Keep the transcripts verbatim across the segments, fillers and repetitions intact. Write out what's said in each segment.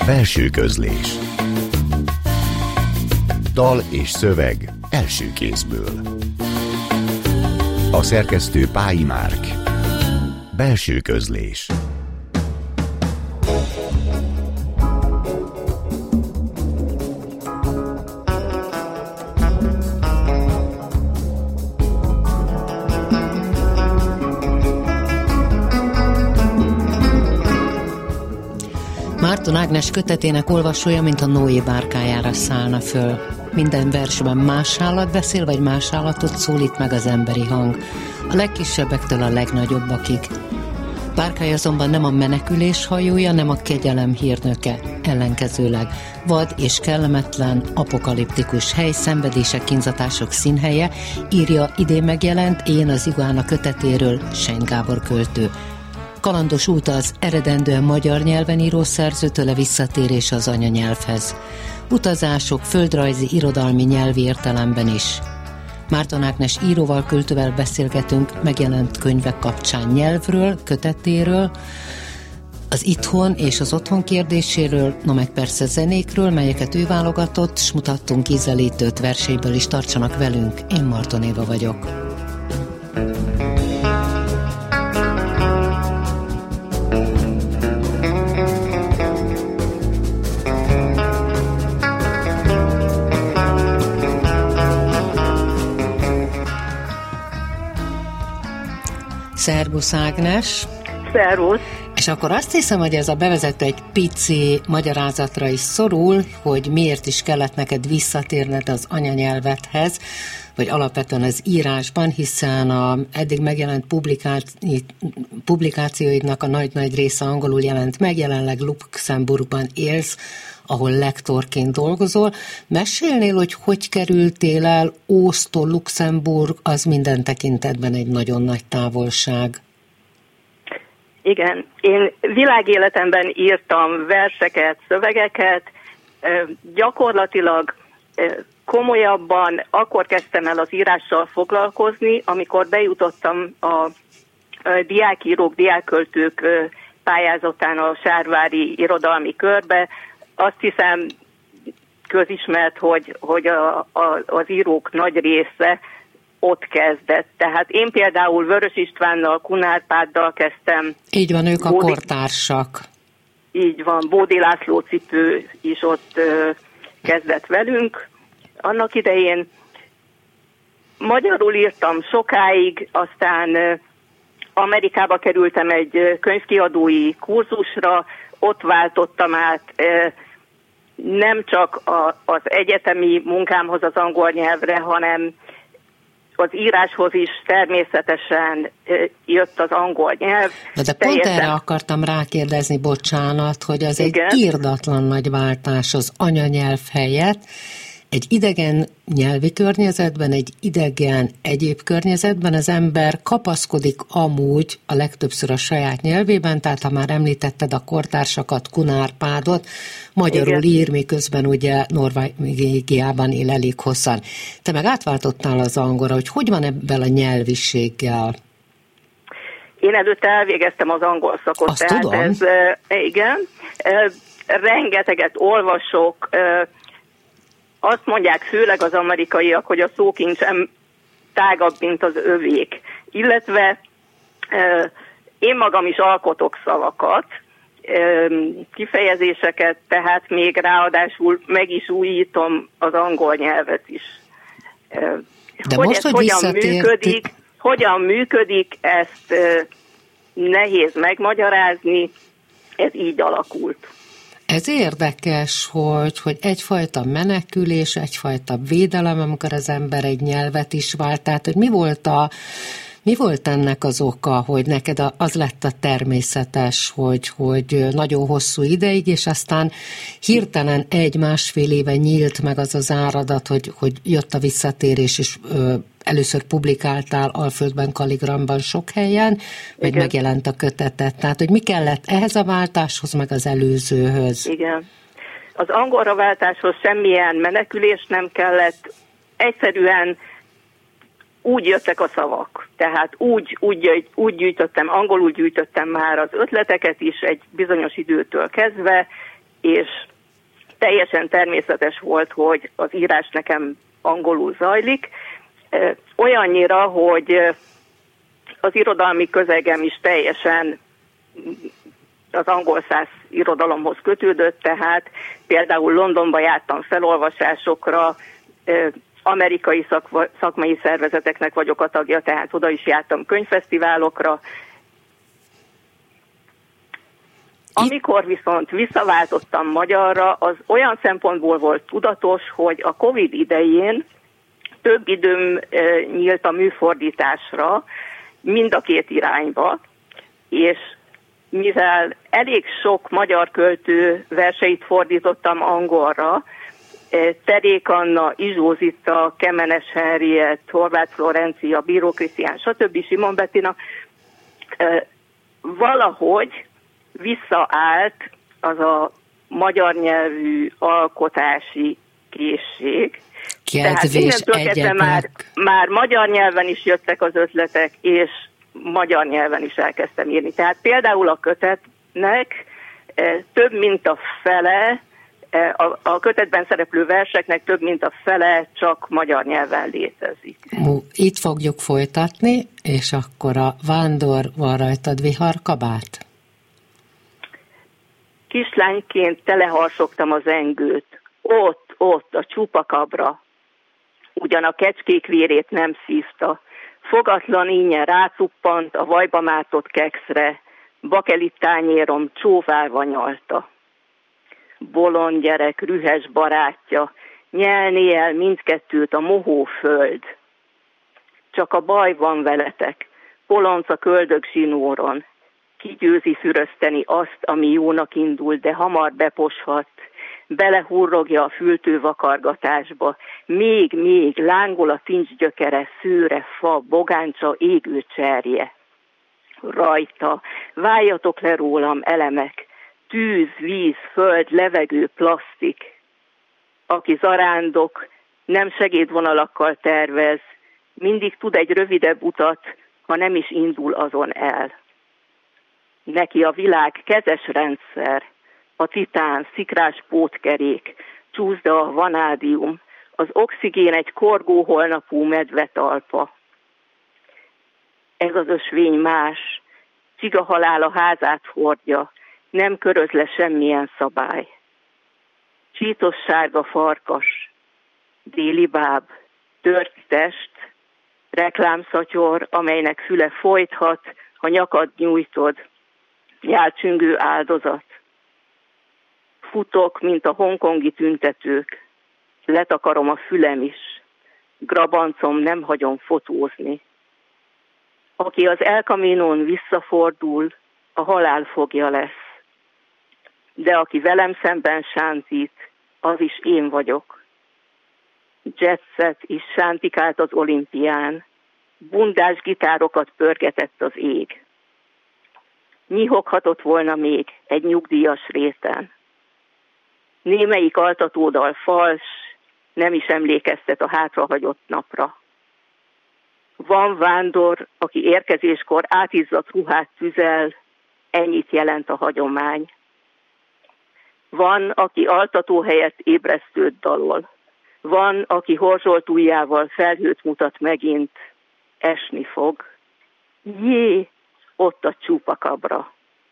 Belső közlés. Dal és szöveg első kézből. A szerkesztő Pályi Márk. Belső közlés. Márton Ágnes kötetének olvasója, mint a Noé bárkájára szállna föl. Minden versben más állat beszél, vagy más állatot szólít meg az emberi hang. A legkisebbektől a legnagyobbakig. Bárkája azonban nem a menekülés hajója, nem a kegyelem hírnöke. Ellenkezőleg vad és kellemetlen, apokaliptikus hely, szenvedések, kínzatások színhelye, írja idén megjelent Én az iguána kötetéről Sein Gábor költő. Kalandos út az eredendően magyar nyelven író szerzőtől a visszatérés az anyanyelvhez. Utazások földrajzi, irodalmi, nyelvi értelemben is. Márton Ágnes íróval, költővel beszélgetünk megjelent könyvek kapcsán nyelvről, kötetéről, az itthon és az otthon kérdéséről, no meg persze zenékről, melyeket ő válogatott, s mutattunk ízelítőt verseiből is. Tartsanak velünk, én Marton Éva vagyok. Szervusz Ágnes! Szervusz! És akkor azt hiszem, hogy ez a bevezető egy pici magyarázatra is szorul, hogy miért is kellett neked visszatérned az anyanyelvedhez, vagy alapvetően az írásban, hiszen a eddig megjelent publikációidnak a nagy-nagy része angolul jelent meg, jelenleg Luxemburgban élsz, ahol lektorként dolgozol. Mesélnél, hogy hogy kerültél el Ósztól Luxemburg, az minden tekintetben egy nagyon nagy távolság. Igen, én világéletemben írtam verseket, szövegeket, gyakorlatilag komolyabban akkor kezdtem el az írással foglalkozni, amikor bejutottam a diákírók, diákköltők pályázatán a sárvári irodalmi körbe. Azt hiszem közismert, hogy, hogy a, a, az írók nagy része ott kezdett. Tehát én például Vörös Istvánnal, Kun Árpáddal kezdtem. Így van, ők Bódi, a kortársak. Így van, Bódi László cipő is ott ö, kezdett velünk. Annak idején magyarul írtam sokáig, aztán ö, Amerikába kerültem egy könyvkiadói kurzusra, ott váltottam át ö, nem csak a, az egyetemi munkámhoz az angol nyelvre, hanem az íráshoz is természetesen jött az angol nyelv. De, de pont teljesen... erre akartam rákérdezni, bocsánat, hogy az Igen. egy irdatlan nagy váltás az anyanyelv helyett, egy idegen nyelvi környezetben, egy idegen egyéb környezetben az ember kapaszkodik amúgy a legtöbbször a saját nyelvében, tehát ha már említetted a kortársakat, Kun Árpádot, magyarul Igen. ír, miközben ugye Norvégiában él elég hosszan. Te meg átváltottál az angolra, hogy hogy van ebben a nyelviséggel? Én előtte elvégeztem az angol szakot. Azt tehát tudom. Ez, igen, rengeteget olvasok. Azt mondják főleg az amerikaiak, hogy a szókincsem tágabb, mint az övék. Illetve euh, én magam is alkotok szavakat, euh, kifejezéseket, tehát még ráadásul meg is újítom az angol nyelvet is. Euh, De hogy most, ez hogy hogyan működik, hogyan működik, ezt euh, nehéz megmagyarázni, ez így alakult. Ez érdekes, hogy, hogy egyfajta menekülés, egyfajta védelem, amikor az ember egy nyelvet is vált. Tehát, hogy mi volt, a, mi volt ennek az oka, hogy neked az lett a természetes, hogy, hogy nagyon hosszú ideig, és aztán hirtelen egy-másfél éve nyílt meg az az áradat, hogy, hogy jött a visszatérés, és ö, először publikáltál Alföldben, Kaligramban sok helyen, vagy Igen. megjelent a kötetet. Tehát, hogy mi kellett ehhez a váltáshoz, meg az előzőhöz? Igen. Az angolra váltáshoz semmilyen menekülés nem kellett. Egyszerűen úgy jöttek a szavak. Tehát úgy, úgy, úgy gyűjtöttem, angolul gyűjtöttem már az ötleteket is egy bizonyos időtől kezdve, és teljesen természetes volt, hogy az írás nekem angolul zajlik, olyannyira, hogy az irodalmi közegem is teljesen az angol száz irodalomhoz kötődött, tehát például Londonba jártam felolvasásokra, amerikai szakma, szakmai szervezeteknek vagyok a tagja, tehát oda is jártam könyvfesztiválokra. Amikor viszont visszaváltottam magyarra, az olyan szempontból volt tudatos, hogy a Covid idején több időm nyílt a műfordításra, mind a két irányba, és mivel elég sok magyar költő verseit fordítottam angolra, Terék Anna, Izsó Zita, Kemenes Henriett, Horváth Florencia, Bíró Krisztián, stb. Simon Bettina, valahogy visszaállt az a magyar nyelvű alkotási készség. Kedvés egyebek. Már, már magyar nyelven is jöttek az ötletek, és magyar nyelven is elkezdtem írni. Tehát például a kötetnek több mint a fele, a, a kötetben szereplő verseknek több mint a fele csak magyar nyelven létezik. Itt fogjuk folytatni, és akkor a Vándor, van rajtad viharkabát? Kislányként teleharsogtam az engőt, ott, ott, a csupakabra. Ugyan a kecskék vérét nem szívta, fogatlan ínyen rácuppant a vajba mártott kekszre, bakelit tányérom csóválva nyalta. Bolond gyerek, rühes barátja, nyelné el mindkettőt a mohó föld. Csak a baj van veletek, polonca köldög zsinóron, kigyőzi fürözteni azt, ami jónak indul, de hamar beposhat, belehurrogja a fültő vakargatásba, még, még lángol a tincs gyökere, szőre, fa, bogáncsa, égő cserje. Rajta, váljatok le rólam elemek, tűz, víz, föld, levegő, plasztik. Aki zarándok, nem segédvonalakkal tervez, mindig tud egy rövidebb utat, ha nem is indul azon el. Neki a világ kezes rendszer, a titán, szikrás pótkerék, csúszda, vanádium, az oxigén egy korgó holnapú medvetalpa. Ez az ösvény más, csiga halál a házát hordja, nem köröz le semmilyen szabály. Csítos sárga farkas, déli báb, tört test, reklámszatyor, amelynek füle folythat, ha nyakad nyújtod, nyálcsüngő áldozat. Futok, mint a hongkongi tüntetők, letakarom a fülem is, grabancom nem hagyom fotózni. Aki az El Caminon visszafordul, a halál fogja lesz. De aki velem szemben sántít, az is én vagyok. Jetset is sántikált az olimpián, bundás gitárokat pörgetett az ég. Nyihoghatott volna még egy nyugdíjas réten. Némelyik altatódal fals, nem is emlékeztet a hátrahagyott napra. Van vándor, aki érkezéskor átizzadt ruhát tüzel, ennyit jelent a hagyomány. Van, aki altató helyett ébresztőt dalol. Van, aki horzsolt ujjával felhőt mutat megint, esni fog. Jé, ott a csupakabra.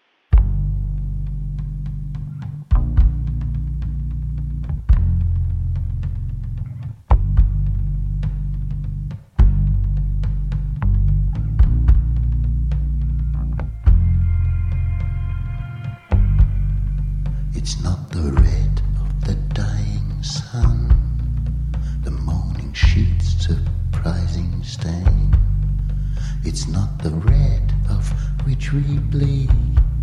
It's not the red of the dying sun, the morning sheet's surprising stain. It's not the red of which we bleed.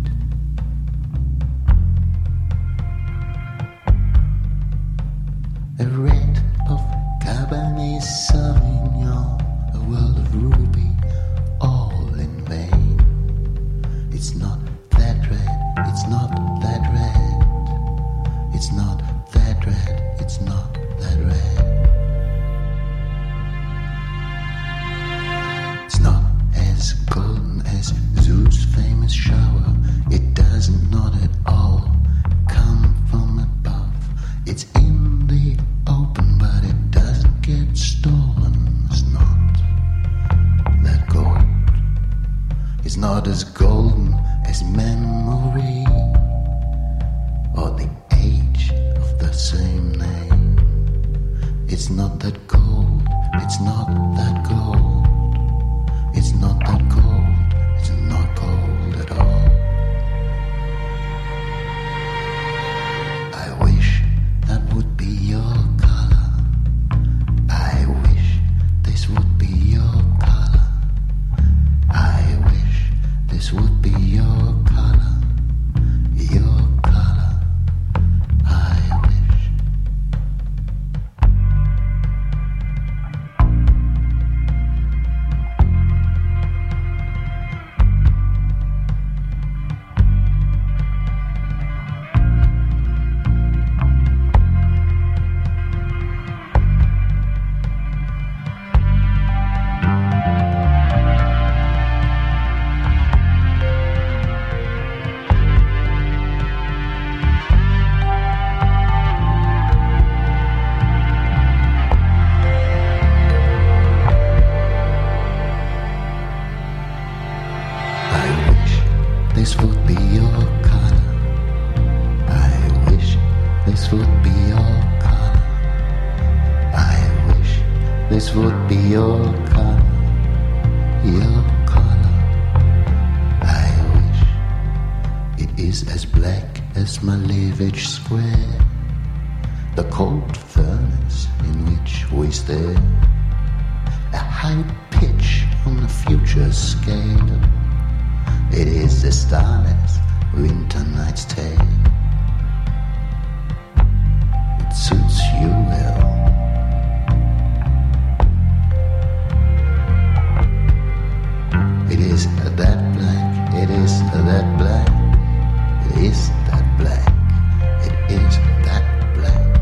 A red of Cabernet Sauvignon, a world of ruby, all in vain. It's not that red, it's not that red. It's not that red, it's not that red. It's not as golden as Zeus' famous shower. It does not at all come from is memory or the age of the same name. It's not that gold, it's not that gold, it's not that gold, it's not gold at all. I wish that would be your color. I wish this would be your color. I wish this would be your color. Your color. I wish. This would be your color. I wish this would be your color. I wish this would be your color. Your color. I wish it is as black as Malevich Square, the cold furnace in which we stare, a high pitch on the future scale. It is the starless winter night's tale. It suits you well. It is that black, it is that black, it is that black, it is that black.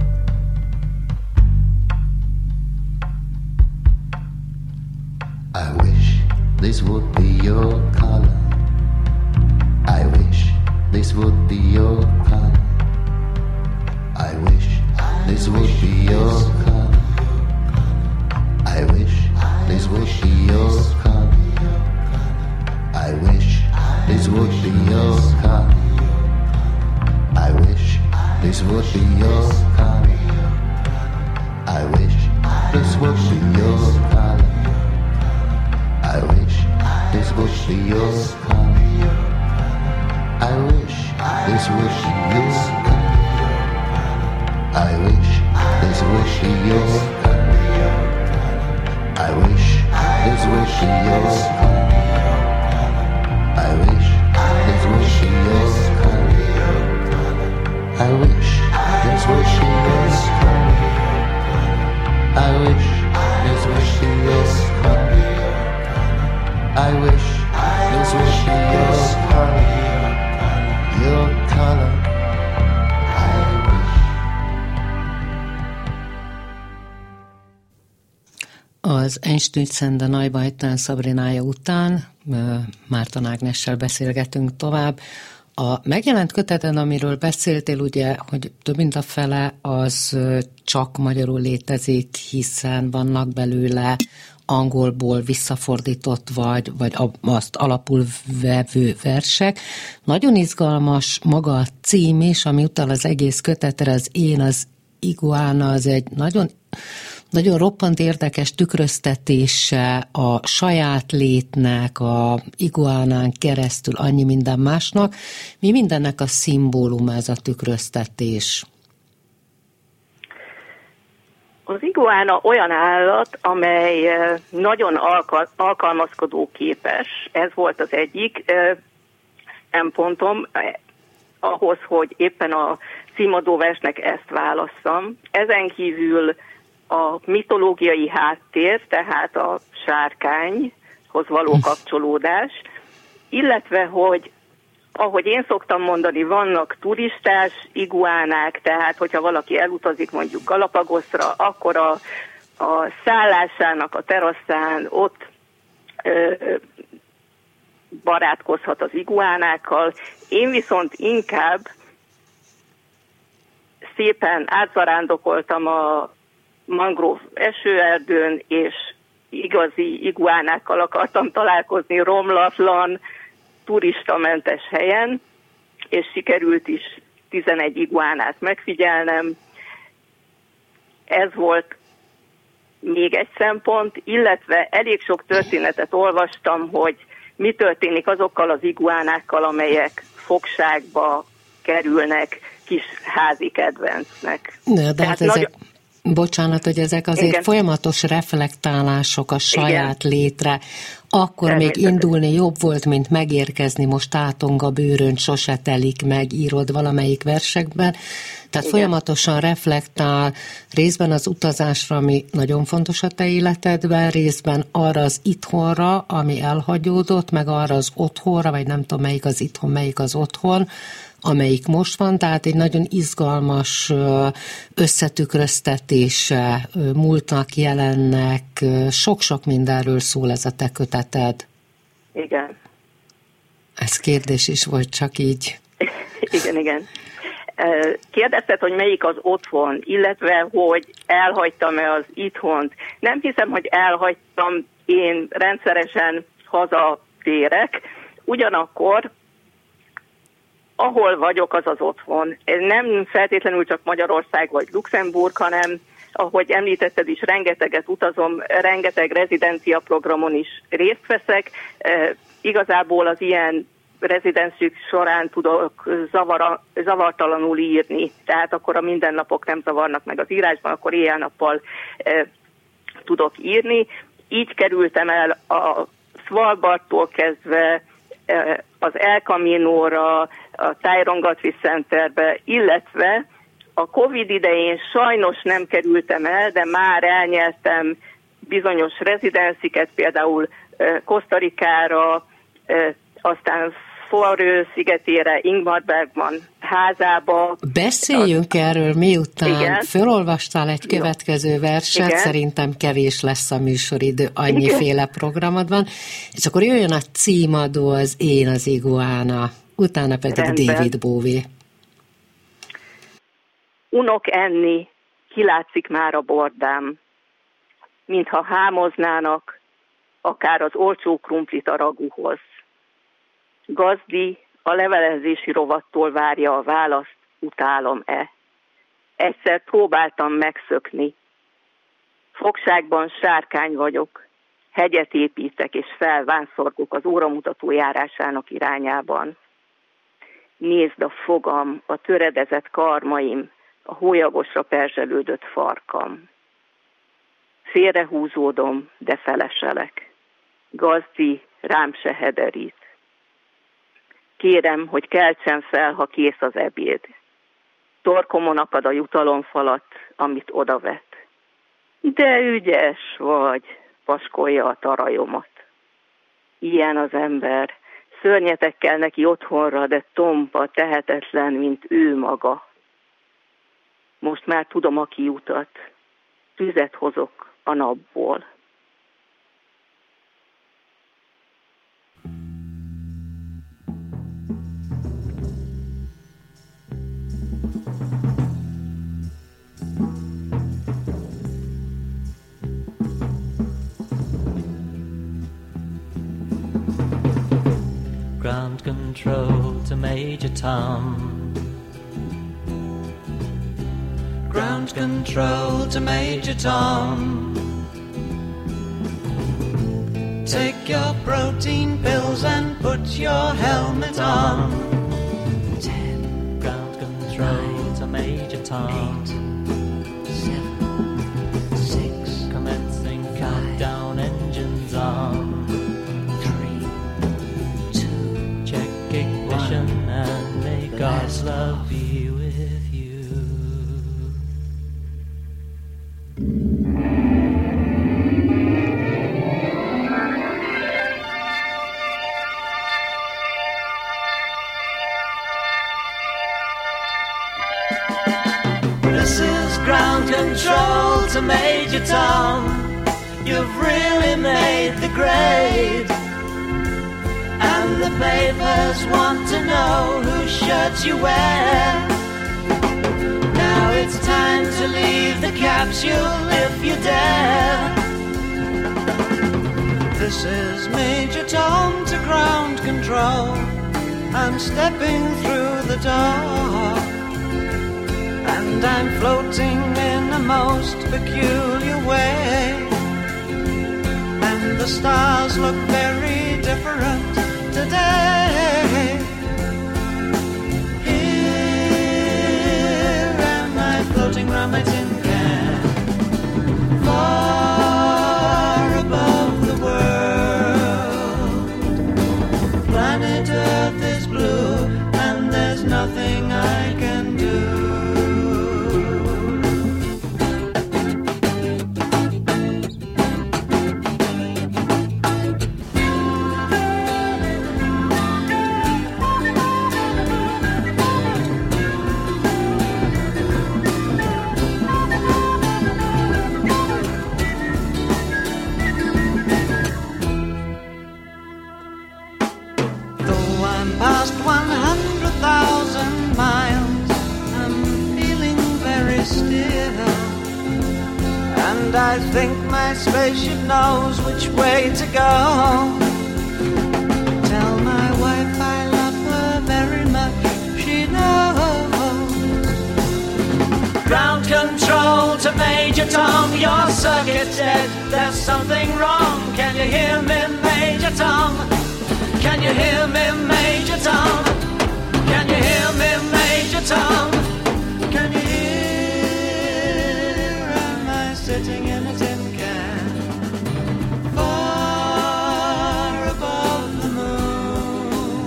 I wish this would be your color. I wish this would be your color. I wish this would be your color. I wish this would be your color. I wish this would be your color. I wish this would be your color. I wish this would be your color. I wish this would be your color. I wish this would be your color. I wish this would be your color. I wish this would be your color. I wish this would be your color. I wish this would be your color. I wish this would be your color. I wish this would be your color. Your color. I wish. Az Einstürzende Neubauten Szabrinája után Márton Ágnessel beszélgetünk tovább. A megjelent köteten, amiről beszéltél, ugye, hogy több mint a fele az csak magyarul létezik, hiszen vannak belőle angolból visszafordított, vagy, vagy azt alapul vevő versek. Nagyon izgalmas maga a cím is, ami utal az egész kötetre, az Én az iguána, az egy nagyon, nagyon roppant érdekes tükröztetése a saját létnek, a iguánán keresztül annyi minden másnak. Mi mindennek a szimbóluma ez a tükröztetés? Az iguána olyan állat, amely nagyon alkal- alkalmazkodóképes. Ez volt az egyik szempontom ahhoz, hogy éppen a címadóversnek ezt válasszam. Ezen kívül a mitológiai háttér, tehát a sárkányhoz való kapcsolódás, illetve, hogy ahogy én szoktam mondani, vannak turistás iguánák, tehát hogyha valaki elutazik mondjuk Galapagoszra, akkor a, a szállásának a teraszán ott ö, barátkozhat az iguánákkal. Én viszont inkább szépen átszarándokoltam a mangrove esőerdőn, és igazi iguánákkal akartam találkozni, romlatlan, turistamentes helyen, és sikerült is tizenegy iguánát megfigyelnem. Ez volt még egy szempont, illetve elég sok történetet olvastam, hogy mi történik azokkal az iguánákkal, amelyek fogságba kerülnek kis házi kedvencnek. De, de hát ezek, nagy... bocsánat, hogy ezek azért igen. folyamatos reflektálások a saját igen. létre. Akkor még indulni jobb volt, mint megérkezni, most átong a bőrön, sose telik meg, írod valamelyik versekben. Tehát igen. folyamatosan reflektál részben az utazásra, ami nagyon fontos a te életedben, részben arra az itthonra, ami elhagyódott, meg arra az otthonra, vagy nem tudom, melyik az itthon, melyik az otthon, amelyik most van, tehát egy nagyon izgalmas összetükröztetése múltnak, jelennek, sok-sok mindenről szól ez a te köteted. Igen. Ez kérdés is volt, csak így. Igen, igen. Kérdezted, hogy melyik az otthon, illetve, hogy elhagytam-e az itthont. Nem hiszem, hogy elhagytam, én rendszeresen hazatérek, ugyanakkor ahol vagyok, az az otthon. Nem feltétlenül csak Magyarország vagy Luxemburg, hanem, ahogy említetted is, rengeteget utazom, rengeteg rezidencia programon is részt veszek. E, igazából az ilyen rezidenciák során tudok zavara, zavartalanul írni, tehát akkor a mindennapok nem zavarnak meg az írásban, akkor éjjel-nappal e, tudok írni. Így kerültem el a Svalbardtól kezdve e, az El Camino-ra, a Tyrone Guthrie Centerbe, illetve a Covid idején sajnos nem kerültem el, de már elnyertem bizonyos rezidenciket, például Costa Ricára, aztán Forrő szigetére, Ingmar Bergman házába. Beszéljünk a... erről, miután igen. fölolvastál egy következő verset, igen. szerintem kevés lesz a műsoridő, annyiféle programod van, és akkor jöjjön a címadó, az Én az iguána, utána pedig rendben. David Bowie. Unok enni, kilátszik már a bordám, mintha hámoznának, akár az olcsó krumplit a ragúhoz. Gazdi a levelezési rovattól várja a választ, utálom-e. Egyszer próbáltam megszökni. Fogságban sárkány vagyok, hegyet építek és felvánszorgok az óramutató járásának irányában. Nézd a fogam, a töredezett karmaim, a hólyagosra perzselődött farkam. Félrehúzódom, de feleselek. Gazdi rám se hederít. Kérem, hogy keltsen fel, ha kész az ebéd. Torkomon akad a jutalomfalat, amit odavet. De ügyes vagy, paskolja a tarajomat. Ilyen az ember, szörnyetekkel neki otthonra, de tompa, tehetetlen, mint ő maga. Most már tudom a kiutat, tüzet hozok a napból. Ground control to Major Tom. Ground control to Major Tom. Take your protein pills and put your helmet on. Ten. Ground control nine, to Major Tom. Eight, seven, six. Commencing five, countdown, engines on. And may God's love be with you. This is ground control to Major Tom. You've really made the grade. And the papers want to know whose shirts you wear. Now it's time to leave the capsule if you dare. The This is Major Tom to ground control. I'm stepping through the door, and I'm floating in a most peculiar way, and the stars look very different today. Here am I floating round my tin can, far above the world. Planet Earth is blue, and there's nothing I can do. Past one hundred thousand miles, I'm feeling very still, and I think my spaceship knows which way to go. Tell my wife I love her very much, she knows. Ground control to Major Tom, your circuit's dead, there's something wrong. Can you hear me, Major Tom? Can you hear me, Major Tom? Can you hear me, Major Tom? Can you hear? Am I sitting in a tin can, far above the moon?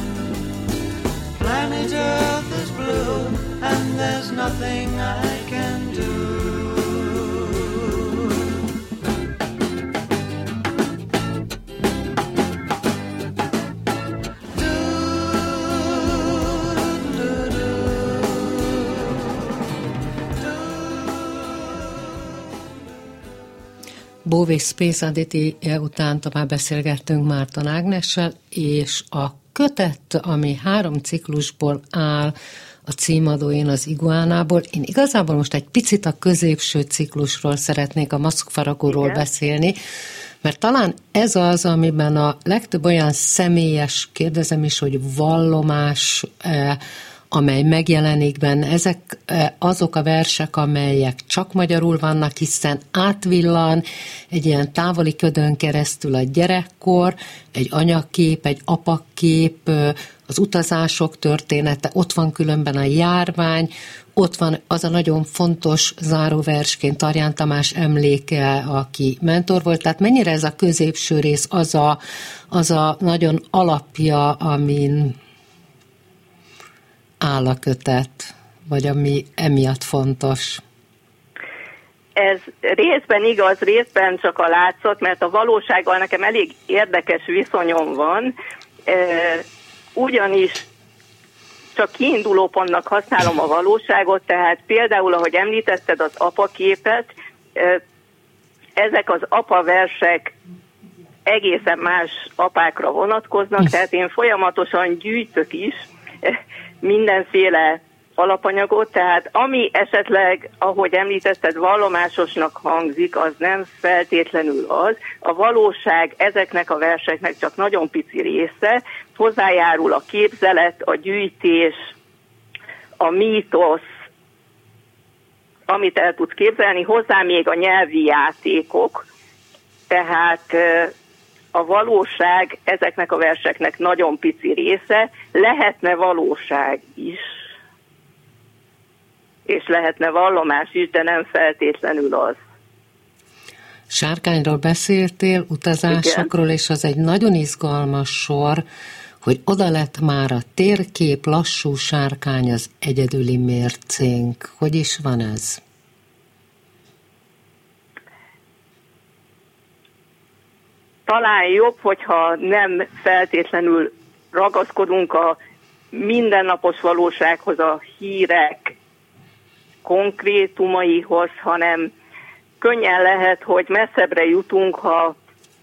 Planet Earth is blue, and there's nothing I can do. Bowie Space Oddity után tovább beszélgettünk Márton Ágnessel, és a kötet, ami három ciklusból áll, a címadó Én az iguánából. Én igazából most egy picit a középső ciklusról szeretnék, a maszkfaragóról Igen. beszélni, mert talán ez az, amiben a legtöbb olyan személyes, kérdezem is, hogy vallomás, eh, amely megjelenik benne. Ezek azok a versek, amelyek csak magyarul vannak, hiszen átvillan egy ilyen távoli ködön keresztül a gyerekkor, egy anyakép, egy apakép, az utazások története, ott van különben a járvány, ott van az a nagyon fontos záróversként Tarján Tamás emléke, aki mentor volt. Tehát mennyire ez a középső rész az a, az a nagyon alapja, amin áll a kötet, vagy ami emiatt fontos? Ez részben igaz, részben csak a látszat, mert a valósággal nekem elég érdekes viszonyom van, ugyanis csak kiindulópontnak használom a valóságot, tehát például, ahogy említetted az apaképet, ezek az apaversek egészen más apákra vonatkoznak, tehát én folyamatosan gyűjtök is mindenféle alapanyagot, tehát ami esetleg, ahogy említetted, vallomásosnak hangzik, az nem feltétlenül az. A valóság ezeknek a verseknek csak nagyon pici része, hozzájárul a képzelet, a gyűjtés, a mítosz, amit el tudsz képzelni, hozzá még a nyelvi játékok, tehát a valóság ezeknek a verseknek nagyon pici része, lehetne valóság is, és lehetne vallomás is, de nem feltétlenül az. Sárkányról beszéltél, utazásokról, Igen. és az egy nagyon izgalmas sor, hogy oda lett már a térkép, lassú sárkány az egyedüli mércénk. Hogy is van ez? Talán jobb, hogyha nem feltétlenül ragaszkodunk a mindennapos valósághoz, a hírek konkrétumaihoz, hanem könnyen lehet, hogy messzebbre jutunk, ha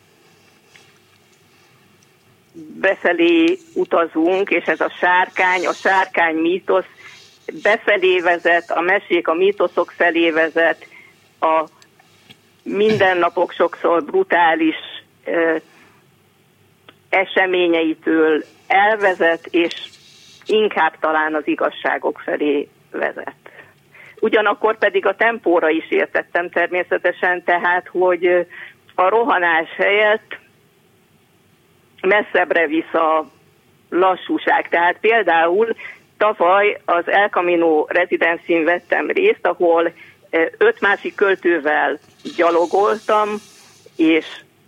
befelé utazunk, és ez a sárkány, a sárkány mítosz befelé vezet, a mesék a mítoszok felé vezet, a mindennapok sokszor brutális eseményeitől elvezet, és inkább talán az igazságok felé vezet. Ugyanakkor pedig a tempóra is értettem természetesen, tehát, hogy a rohanás helyett messzebbre visz a lassúság. Tehát például tavaly az El Camino Residencyn vettem részt, ahol öt másik költővel gyalogoltam, és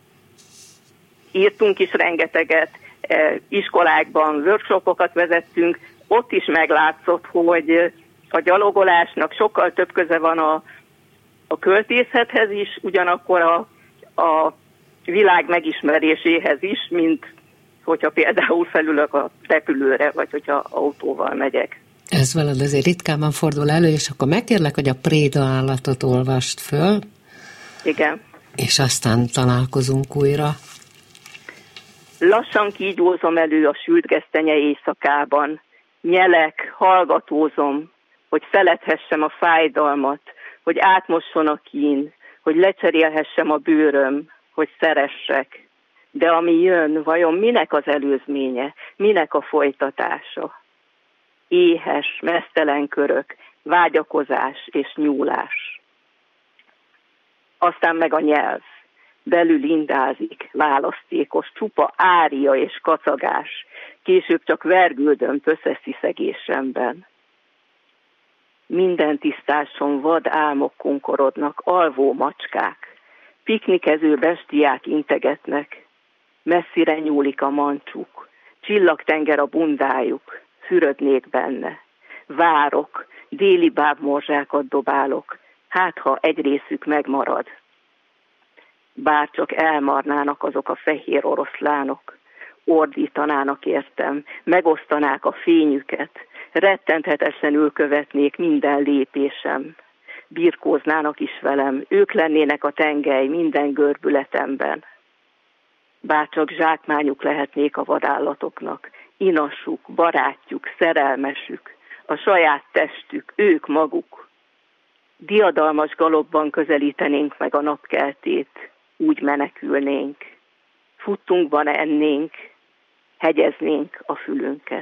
írtunk is rengeteget, iskolákban workshopokat vezettünk, ott is meglátszott, hogy a gyalogolásnak sokkal több köze van a, a költészethez is, ugyanakkor a, a világ megismeréséhez is, mint hogyha például felülök a repülőre, vagy hogyha autóval megyek. Ez veled azért ritkában fordul elő, és akkor megkérlek, hogy a Préda állatot olvast föl. Igen. És aztán találkozunk újra. Lassan kígyózom elő a sült gesztenye éjszakában. Nyelek, hallgatózom, hogy feledhessem a fájdalmat, hogy átmosson a kín, hogy lecserélhessem a bőröm, hogy szeressek. De ami jön, vajon minek az előzménye, minek a folytatása? Éhes, meztelen körök, vágyakozás és nyúlás. Aztán meg a nyelv. Belül indázik, választékos, csupa ária és kacagás. Később csak vergődöm összesziszegésemben. Minden tisztáson vad álmok konkorodnak, alvó macskák. Piknikező bestiák integetnek. Messzire nyúlik a mancsuk. Csillagtenger a bundájuk. Fürödnék benne. Várok, déli bábmorzsákat dobálok. Hát, ha egy részük megmarad. Bár csak elmarnának azok a fehér oroszlánok, ordítanának értem, megosztanák a fényüket, rettenthetetlenül követnék minden lépésem, birkóznának is velem, ők lennének a tengely minden görbületemben. Bár csak zsákmányuk lehetnék a vadállatoknak, inassuk, barátjuk, szerelmesük, a saját testük, ők maguk. Diadalmas galopban közelítenénk meg a napkeltét, úgy menekülnénk, futtunkban ennénk, hegyeznénk a fülünket.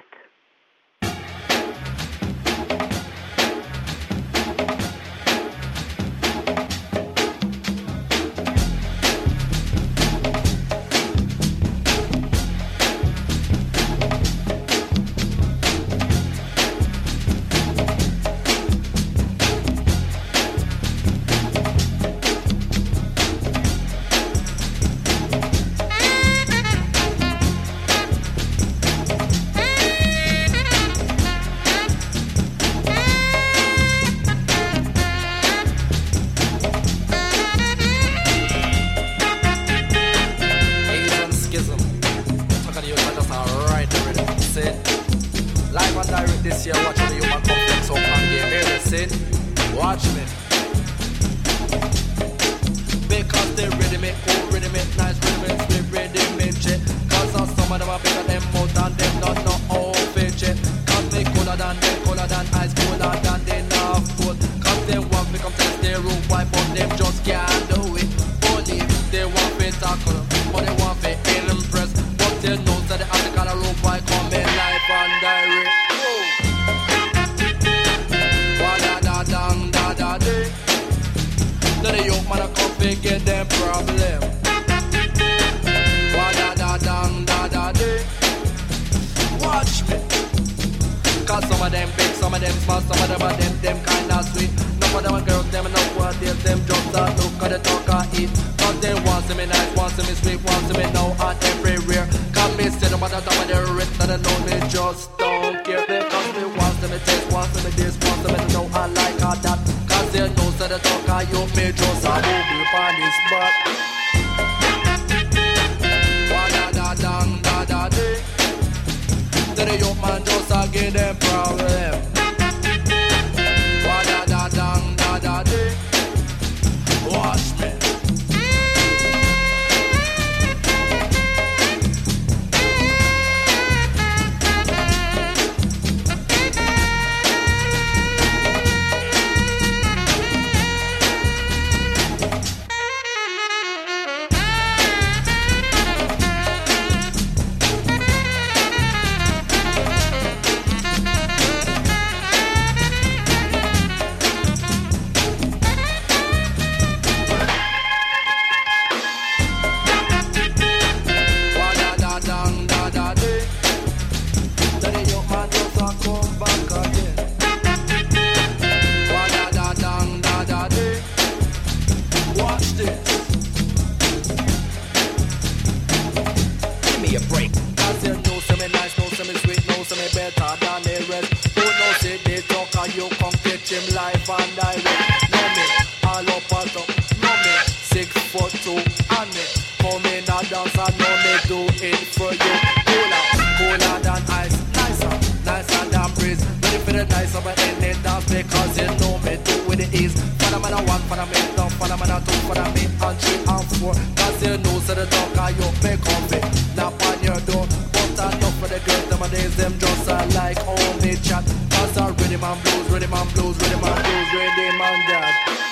for the nice, I'm in it dance because you know me do with the ease. For the man I one, for the man two, for the man I two, for the man and three and four. Cause you know so the dog are you pay comfy. Knock on your door, but enough for the girls, them days them just uh, like only chat. Cause I rhythm and blues, rhythm and blues, rhythm and blues, rhythm and that.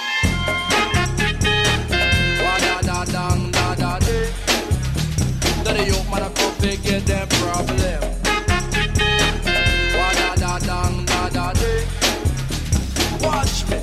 Dang, da, da, da. Then the young man a come to get them problem. Wa da da dang, da da da. Watch me.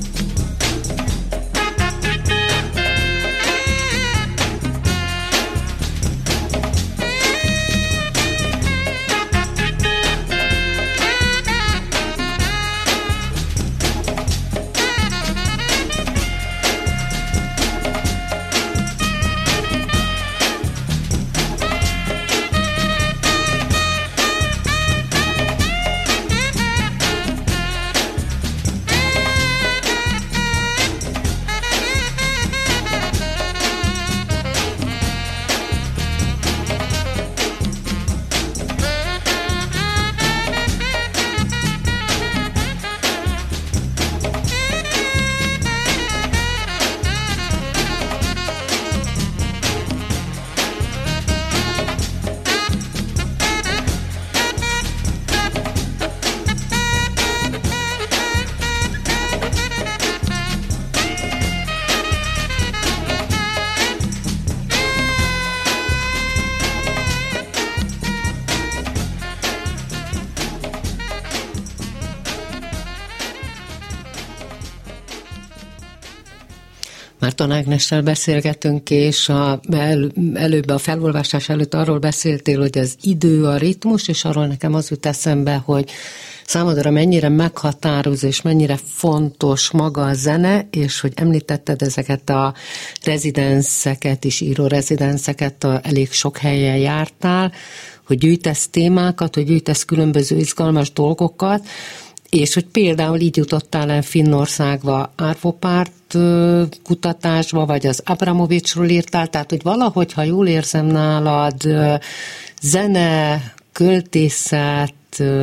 Márton Ágnessel beszélgetünk, és a, el, előbb a felolvasás előtt arról beszéltél, hogy az idő, a ritmus, és arról nekem az jut eszembe, hogy számodra mennyire meghatározó, és mennyire fontos maga a zene, és hogy említetted ezeket a rezidenszeket is, író rezidenszeket, a, elég sok helyen jártál, hogy gyűjtesz témákat, hogy gyűjtesz különböző izgalmas dolgokat, és hogy például így jutottál el Finnországba Arvo Pärt kutatásba, vagy az Abramovicsról írtál, tehát hogy valahogy, ha jól érzem nálad, zene, költészet,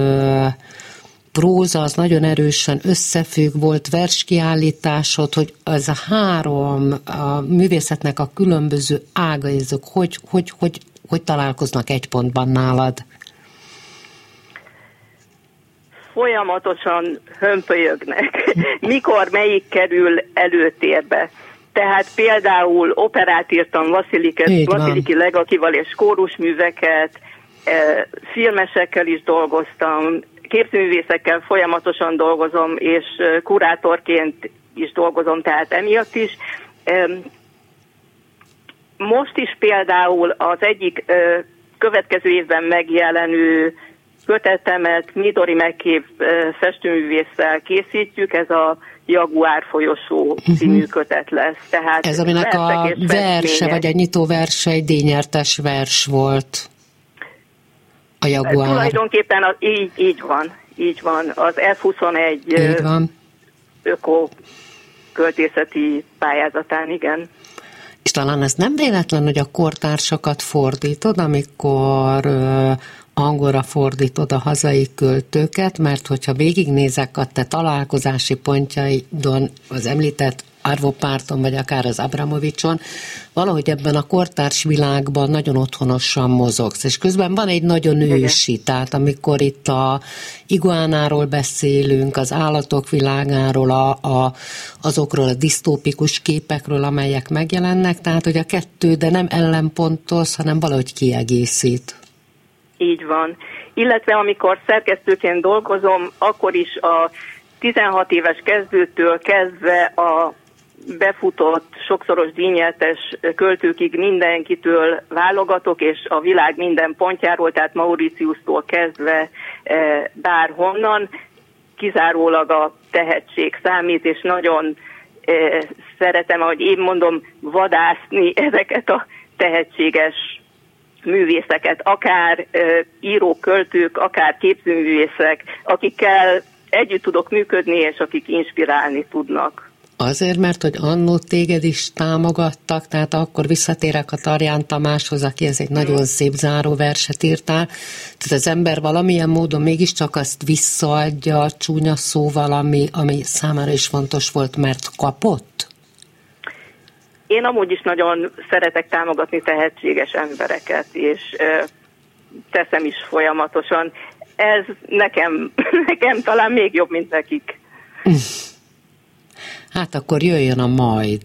próza az nagyon erősen összefügg, volt verskiállításod, hogy az a három a művészetnek a különböző ágai, azok hogy, hogy, hogy, hogy találkoznak egy pontban nálad? Folyamatosan hömpölyögnek, mikor melyik kerül előtérbe. Tehát például operát írtam Vasiliki Legakival és kórusműveket, filmesekkel is dolgoztam, képzőművészekkel folyamatosan dolgozom, és kurátorként is dolgozom, tehát emiatt is. Most is például az egyik következő évben megjelenő kötetemet Midori McCabe festőművésszel készítjük, ez a Jaguár folyosó című kötet lesz. Tehát ez aminek a verse, vagy a nyitó verse egy díjnyertes vers volt. A Jaguár. Tulajdonképpen az, így, így van, így van. Az F huszonegy öko költészeti pályázatán, igen. És talán ez nem véletlen, hogy a kortársakat fordítod, amikor ö, angolra fordítod a hazai költőket, mert hogyha végignézek a te találkozási pontjaidon, az említett Arvo Párton, vagy akár az Abramovicson, valahogy ebben a kortárs világban nagyon otthonosan mozogsz, és közben van egy nagyon ősi, tehát amikor itt a iguánáról beszélünk, az állatok világáról, a, a, azokról a disztópikus képekről, amelyek megjelennek, tehát hogy a kettő, de nem ellenpontoz, hanem valahogy kiegészít. Így van. Illetve amikor szerkesztőként dolgozom, akkor is a tizenhat éves kezdőtől kezdve a befutott, sokszoros díjnyertes költőkig mindenkitől válogatok, és a világ minden pontjáról, tehát Mauritiustól kezdve bárhonnan, kizárólag a tehetség számít, és nagyon szeretem, ahogy én mondom, vadászni ezeket a tehetséges művészeket, akár írók, költők, akár képzőművészek, akikkel együtt tudok működni, és akik inspirálni tudnak. Azért, mert hogy annó téged is támogattak, tehát akkor visszatérek a Tarján Tamáshoz, aki ez egy nagyon szép záróverset írtál. Tehát az ember valamilyen módon mégiscsak azt visszaadja a csúnya szóval, ami, ami számára is fontos volt, mert kapott? Én amúgy is nagyon szeretek támogatni tehetséges embereket, és ö, teszem is folyamatosan. Ez nekem, nekem talán még jobb, mint nekik. Hát akkor jöjjön a majd.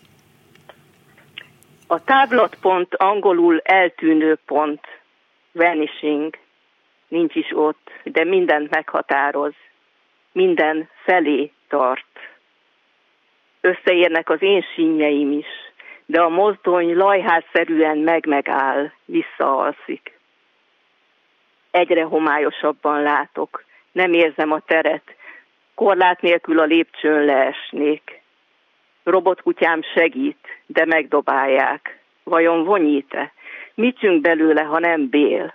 A távlatpont angolul eltűnő pont, vanishing, nincs is ott, de mindent meghatároz, minden felé tart. Összeérnek az én sínjeim is, de a mozdony lajházszerűen meg-megáll, visszaalszik. Egyre homályosabban látok, nem érzem a teret, korlát nélkül a lépcsőn leesnék. Robotkutyám segít, de megdobálják. Vajon vonyít-e? Mit csünk belőle, ha nem bél?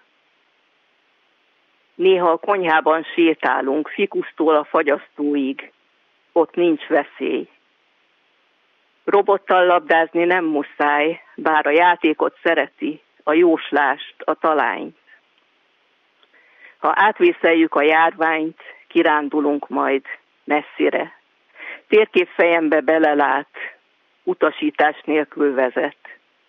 Néha a konyhában sétálunk, fikusztól a fagyasztóig. Ott nincs veszély. Robottal labdázni nem muszáj, bár a játékot szereti, a jóslást, a talányt. Ha átvészeljük a járványt, kirándulunk majd messzire. Térkép fejembe belelát, utasítás nélkül vezet.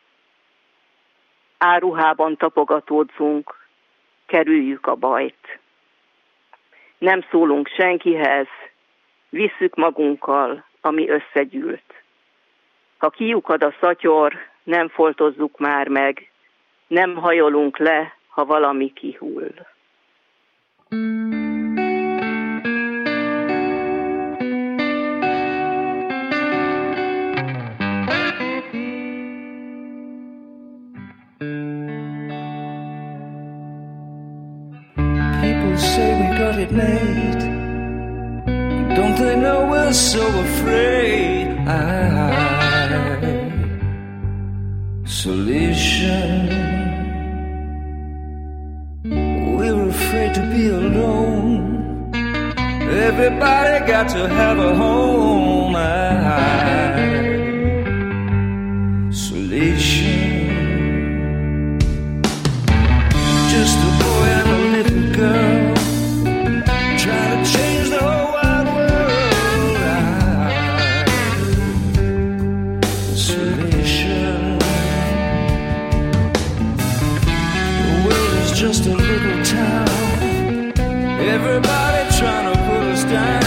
Áruhában tapogatódzunk, kerüljük a bajt. Nem szólunk senkihez, visszük magunkkal, ami összegyűlt. Ha kiukad a szatyor, nem foltozzuk már meg, nem hajolunk le, ha valami kihull. People say we got it made. Don't they know we're so afraid? Isolation. We're afraid to be alone. Everybody got to have a home. Isolation. Just a boy and a little girl trying to change the whole wide world. Isolation. The world is just a little town. Everybody trying to put us down.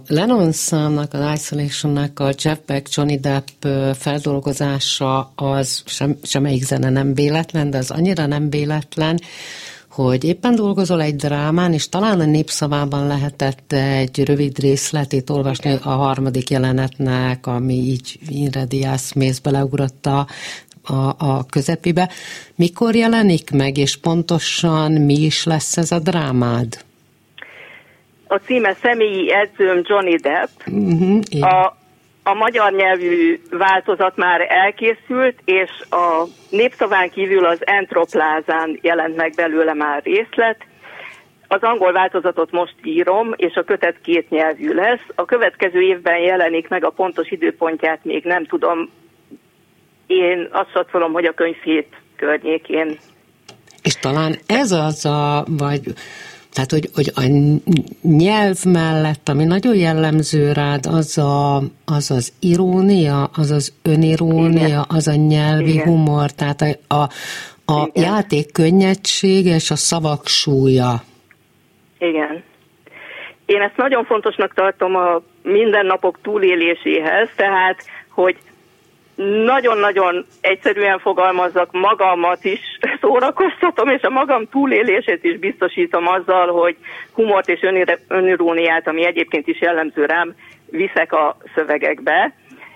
Lennon számnak, az Isolation-nek a Jeff Beck, Johnny Depp feldolgozása az sem, semmelyik zene nem véletlen, de az annyira nem véletlen, hogy éppen dolgozol egy drámán, és talán a Népszavában lehetett egy rövid részletét olvasni a harmadik jelenetnek, ami így Inrediás Smith beleugrott a, a, a közepébe. Mikor jelenik meg, és pontosan mi is lesz ez a drámád? A címe Személyi edzőm Johnny Depp. Uh-huh, a, a magyar nyelvű változat már elkészült, és a Népszaván kívül az Entroplázán jelent meg belőle már részlet. Az angol változatot most írom, és a kötet két nyelvű lesz. A következő évben jelenik meg, a pontos időpontját még nem tudom. Én azt satszolom, hogy a könyvhét környékén. És talán ez az a, vagy... Tehát, hogy, hogy a nyelv mellett, ami nagyon jellemző rád, az a, az, az irónia, az az önirónia, igen, az a nyelvi igen, humor, tehát a, a, a játék könnyedség és a szavak súlya. Igen. Én ezt nagyon fontosnak tartom a mindennapok túléléséhez, tehát, hogy nagyon-nagyon egyszerűen fogalmazzak, magamat is szórakoztatom, és a magam túlélését is biztosítom azzal, hogy humort és öniróniát, ami egyébként is jellemző rám, viszek a szövegekbe.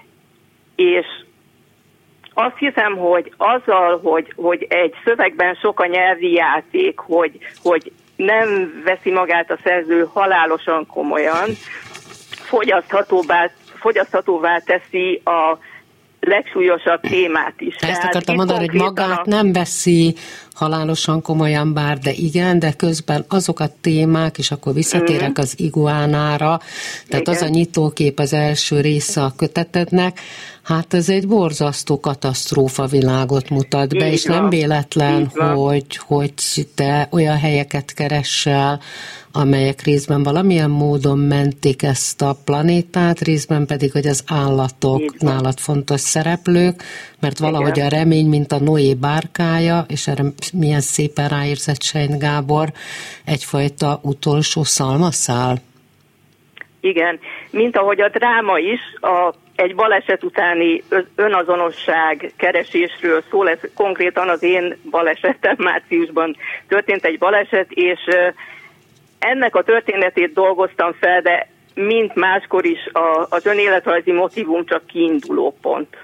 És azt hiszem, hogy azzal, hogy, hogy egy szövegben sok a nyelvi játék, hogy, hogy nem veszi magát a szerző halálosan komolyan, fogyaszthatóvá, fogyaszthatóvá teszi a legsúlyosabb témát is. Ezt akartam mondani, hogy magát a... nem veszi halálosan komolyan bár, de igen, de közben azok a témák, és akkor visszatérek mm. az iguánára, tehát igen, az a nyitókép az első része a kötetednek, hát ez egy borzasztó katasztrófa világot mutat be, így és van, nem véletlen, hogy, hogy te olyan helyeket keressel, amelyek részben valamilyen módon mentik ezt a planétát, részben pedig, hogy az állatok nálad fontos szereplők, mert valahogy igen, a remény, mint a Noé bárkája, és erre milyen szépen ráérzett Sein Gábor, egyfajta utolsó szalmaszál. Igen, mint ahogy a dráma is, a, egy baleset utáni önazonosság keresésről szól, ez konkrétan az én balesetem, márciusban történt egy baleset, és ennek a történetét dolgoztam fel, de mint máskor is a, az önéletrajzi motívum csak kiinduló pont.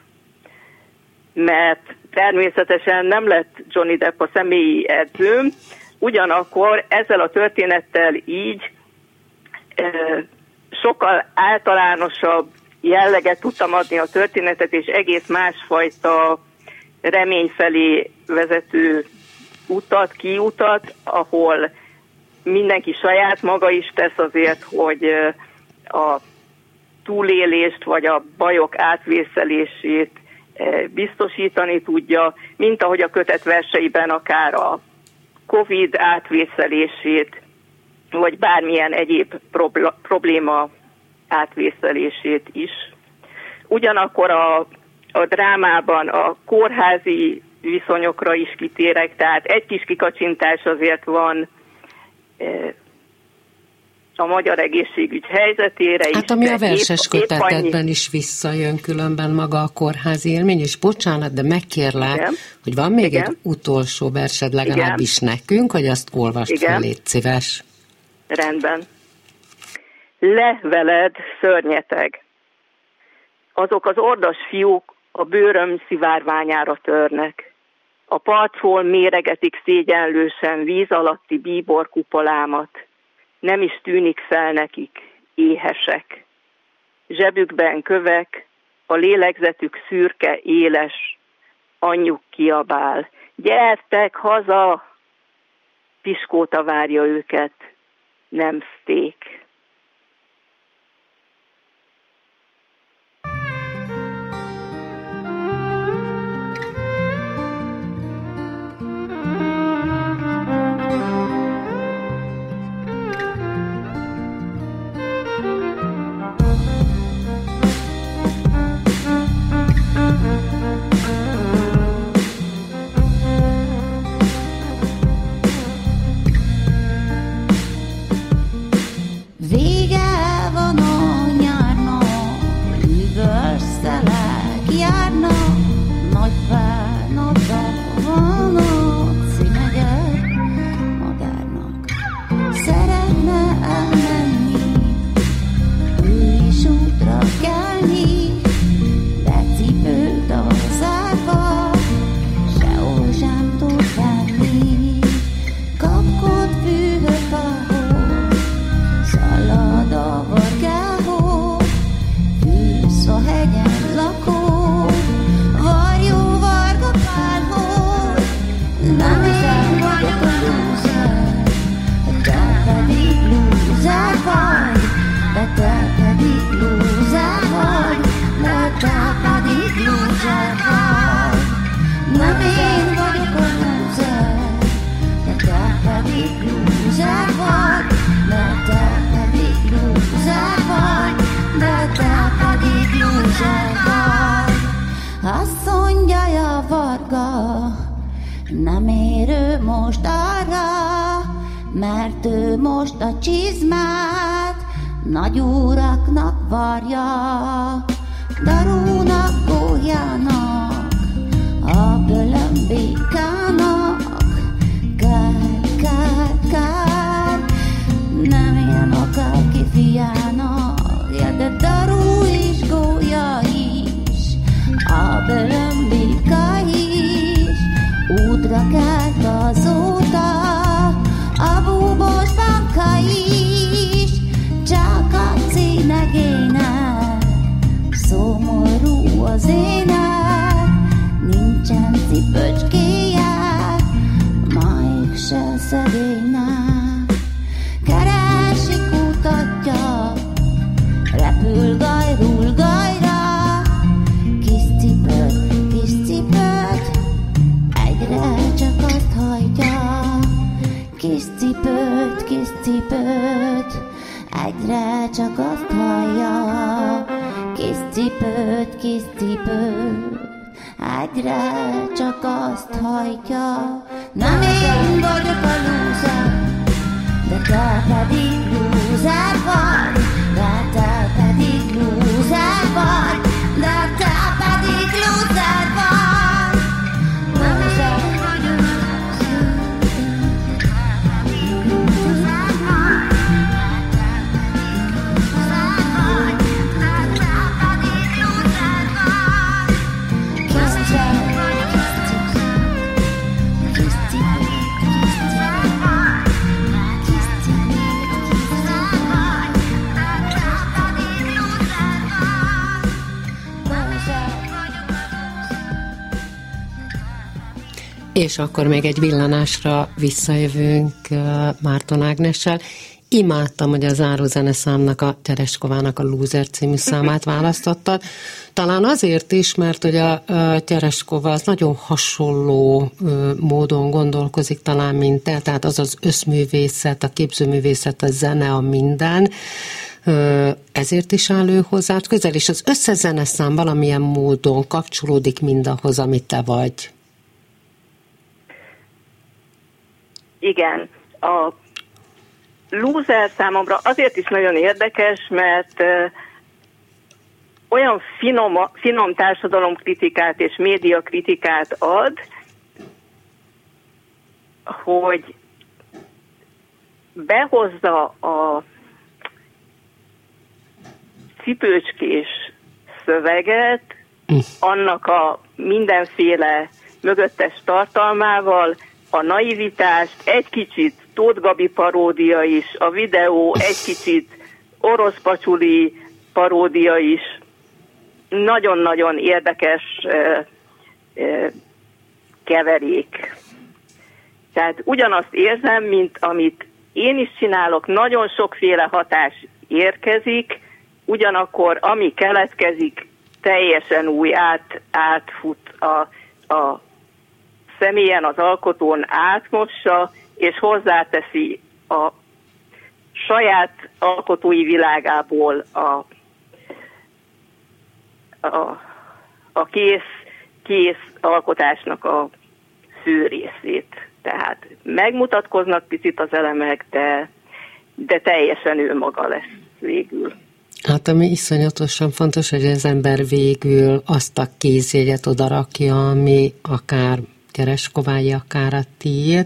Mert természetesen nem lett Johnny Depp a személyi edzőm, ugyanakkor ezzel a történettel így e, sokkal általánosabb jelleget tudtam adni a történetet, és egész másfajta remény felé vezető utat, kiutat, ahol mindenki saját maga is tesz azért, hogy a túlélést vagy a bajok átvészelését biztosítani tudja, mint ahogy a kötet verseiben akár a Covid átvészelését, vagy bármilyen egyéb probléma átvészelését is. Ugyanakkor a, a drámában a kórházi viszonyokra is kitérek, tehát egy kis kikacsintás azért van a magyar egészségügy helyzetére is. Hát ami a verses épp, kötetedben épp is visszajön különben maga a kórházi élmény, és bocsánat, de megkérlek, igen, hogy van még igen, egy utolsó versed legalábbis igen, nekünk, hogy azt olvasd fel, légy szíves. Rendben. Le veled, szörnyeteg. Azok az ordas fiúk a bőröm szivárványára törnek. A partról méregetik szégyenlősen víz alatti bíbor kupolámat. Nem is tűnik fel nekik, éhesek. Zsebükben kövek, a lélegzetük szürke, éles, anyjuk kiabál. Gyertek haza! Piskóta várja őket, nem szték. Nem ér ő most arra, mert ő most a csizmát nagy uraknak varja, darónak, gólyának, a bölömbékának. Kár, kár, kár, nem ilyen akárki fiának, ja, de darú is, gólya is, a bölömbéka is, útra kelt azóta, a búbos banka is, csak a cínegének, szomorú az ének, nincsen cipőcskéje, máig se szegénynek. Keresi, kutatja, repül gajról gajra, kis cipőt, kis cipőt, egyre csak azt hajtja. Kis cipőt, kis cipőt, egyre csak azt hallja. Kis cipőt, kis cipőt, egyre csak azt hajtja. Nem én vagyok a lúzer, de te pedig lúzer vagy, de te pedig lúzer vagy, de te pedig lúzer vagy. Lúzer vagyok, És akkor még egy villanásra visszajövünk Márton Ágnessel. Imádtam, hogy a zárózeneszámnak a Tereskovának a Lúzer című számát választottad. Talán azért is, mert hogy a Tereskova az nagyon hasonló módon gondolkozik talán, mint te, tehát az az összművészet, a képzőművészet, a zene, a minden. Ezért is áll ő hozzád közel, és az összezeneszám valamilyen módon kapcsolódik mindahhoz, amit te vagy. Igen, a Lúzer számomra azért is nagyon érdekes, mert uh, olyan finom, finom társadalomkritikát és médiakritikát ad, hogy behozza a cipőcskés szöveget, annak a mindenféle mögöttes tartalmával, a naivitást, egy kicsit Tóth Gabi paródia is, a videó egy kicsit Orosz Pacsuli paródia is. Nagyon-nagyon érdekes uh, uh, keverék. Tehát ugyanazt érzem, mint amit én is csinálok, nagyon sokféle hatás érkezik, ugyanakkor ami keletkezik, teljesen új, át, átfut a, a személyen, az alkotón, átmossa, és hozzáteszi a saját alkotói világából a, a, a kész, kész alkotásnak a fő részét. Tehát megmutatkoznak picit az elemek, de, de teljesen ő maga lesz végül. Hát ami iszonyatosan fontos, hogy az ember végül azt a kézjegyet odarakja, ami akár Tereskovái, akár a tiéd.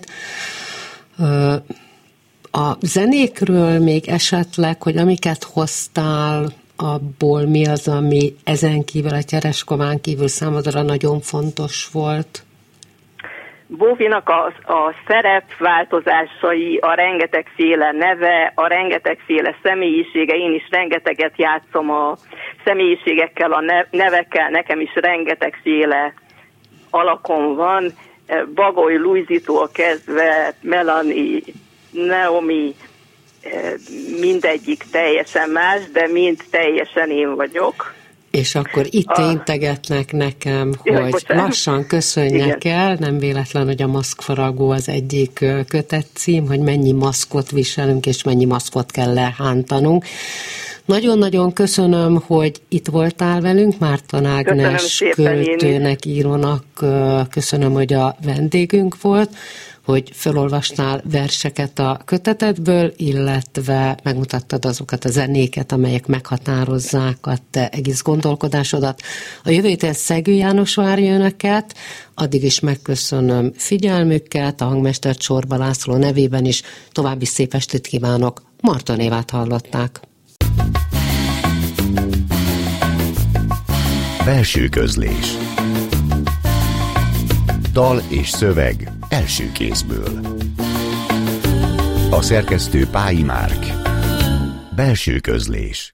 A zenékről még esetleg, hogy amiket hoztál, abból mi az, ami ezen kívül, a Tereskován kívül számodra nagyon fontos volt? Bóvinak a, a szerepváltozásai, a rengetegféle neve, a rengetegféle személyisége, én is rengeteget játszom a személyiségekkel, a nevekkel, nekem is rengetegféle alakon van, Bagoly Lujzitól kezdve Melanie, Naomi, mindegyik teljesen más, de mind teljesen én vagyok. És akkor itt a... integetnek nekem, ja, hogy bocsánat. lassan köszönjek Igen. el, nem véletlen, hogy a Maszkfaragó az egyik kötetcím, hogy mennyi maszkot viselünk, és mennyi maszkot kell lehántanunk. Nagyon-nagyon köszönöm, hogy itt voltál velünk, Márton Ágnes költőnek, írónak. Köszönöm, hogy a vendégünk volt, hogy felolvastál verseket a kötetedből, illetve megmutattad azokat a zenéket, amelyek meghatározzák a te egész gondolkodásodat. A jövő héten Szegő János várja önöket, addig is megköszönöm figyelmüket, a hangmester Csorba László nevében is. További szép estét kívánok. Marton Évát hallották. Belső közlés. Dal és szöveg első kézből. A szerkesztő Pályi Márk. Belső közlés.